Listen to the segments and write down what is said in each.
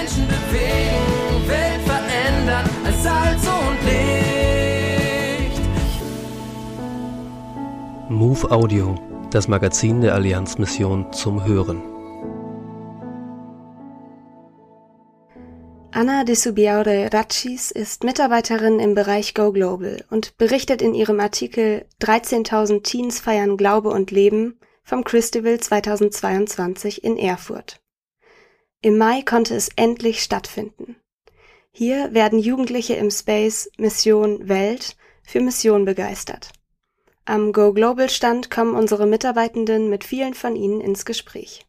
Menschen bewegen, Welt verändern als Salz und Licht. Move Audio, das Magazin der Allianzmission zum Hören. Ana de Zubiaure-Ratchis ist Mitarbeiterin im Bereich Go Global und berichtet in ihrem Artikel 13.000 Teens feiern Glaube und Leben vom Christival 2022 in Erfurt. Im Mai konnte es endlich stattfinden. Hier werden Jugendliche im Space Mission Welt für Mission begeistert. Am Go Global Stand kommen unsere Mitarbeitenden mit vielen von ihnen ins Gespräch.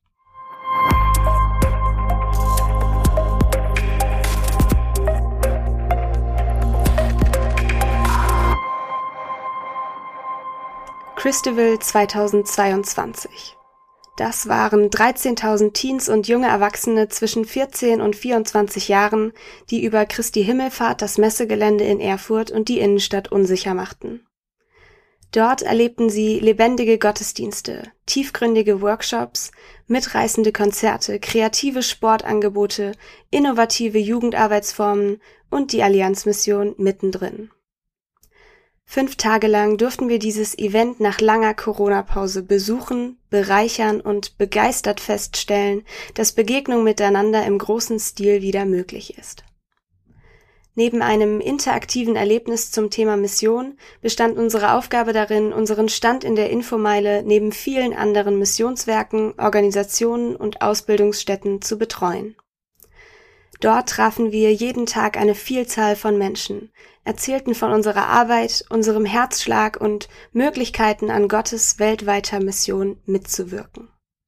Christival 2022. Das waren 13.000 Teens und junge Erwachsene zwischen 14 und 24 Jahren, die über Christi Himmelfahrt das Messegelände in Erfurt und die Innenstadt unsicher machten. Dort erlebten sie lebendige Gottesdienste, tiefgründige Workshops, mitreißende Konzerte, kreative Sportangebote, innovative Jugendarbeitsformen und die Allianzmission mittendrin. 5 Tage lang durften wir dieses Event nach langer Corona-Pause besuchen, bereichern und begeistert feststellen, dass Begegnung miteinander im großen Stil wieder möglich ist. Neben einem interaktiven Erlebnis zum Thema Mission bestand unsere Aufgabe darin, unseren Stand in der Infomeile neben vielen anderen Missionswerken, Organisationen und Ausbildungsstätten zu betreuen. Dort trafen wir jeden Tag eine Vielzahl von Menschen, erzählten von unserer Arbeit, unserem Herzschlag und Möglichkeiten an Gottes weltweiter Mission mitzuwirken.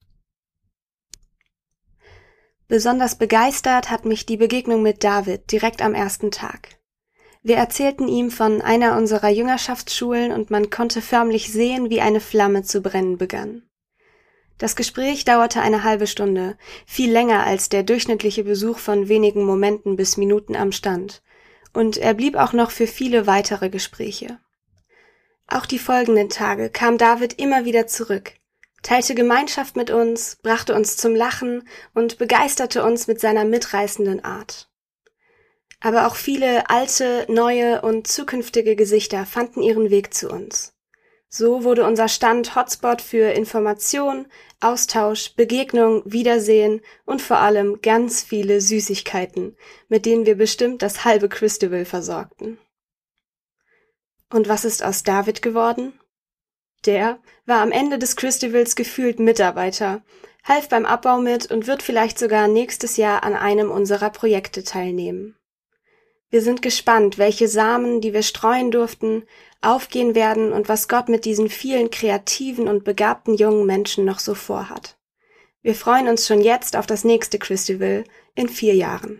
Besonders begeistert hat mich die Begegnung mit David direkt am ersten Tag. Wir erzählten ihm von einer unserer Jüngerschaftsschulen und man konnte förmlich sehen, wie eine Flamme zu brennen begann. Das Gespräch dauerte eine halbe Stunde, viel länger als der durchschnittliche Besuch von wenigen Momenten bis Minuten am Stand. Und er blieb auch noch für viele weitere Gespräche. Auch die folgenden Tage kam David immer wieder zurück, teilte Gemeinschaft mit uns, brachte uns zum Lachen und begeisterte uns mit seiner mitreißenden Art. Aber auch viele alte, neue und zukünftige Gesichter fanden ihren Weg zu uns. So wurde unser Stand Hotspot für Information, Austausch, Begegnung, Wiedersehen und vor allem ganz viele Süßigkeiten, mit denen wir bestimmt das halbe Christival versorgten. Und was ist aus David geworden? Der war am Ende des Christivals gefühlt Mitarbeiter, half beim Abbau mit und wird vielleicht sogar nächstes Jahr an einem unserer Projekte teilnehmen. Wir sind gespannt, welche Samen, die wir streuen durften, aufgehen werden und was Gott mit diesen vielen kreativen und begabten jungen Menschen noch so vorhat. Wir freuen uns schon jetzt auf das nächste Christival in 4 Jahren.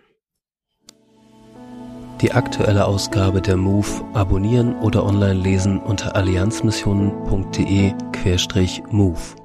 Die aktuelle Ausgabe der Move abonnieren oder online lesen unter allianzmissionen.de/move.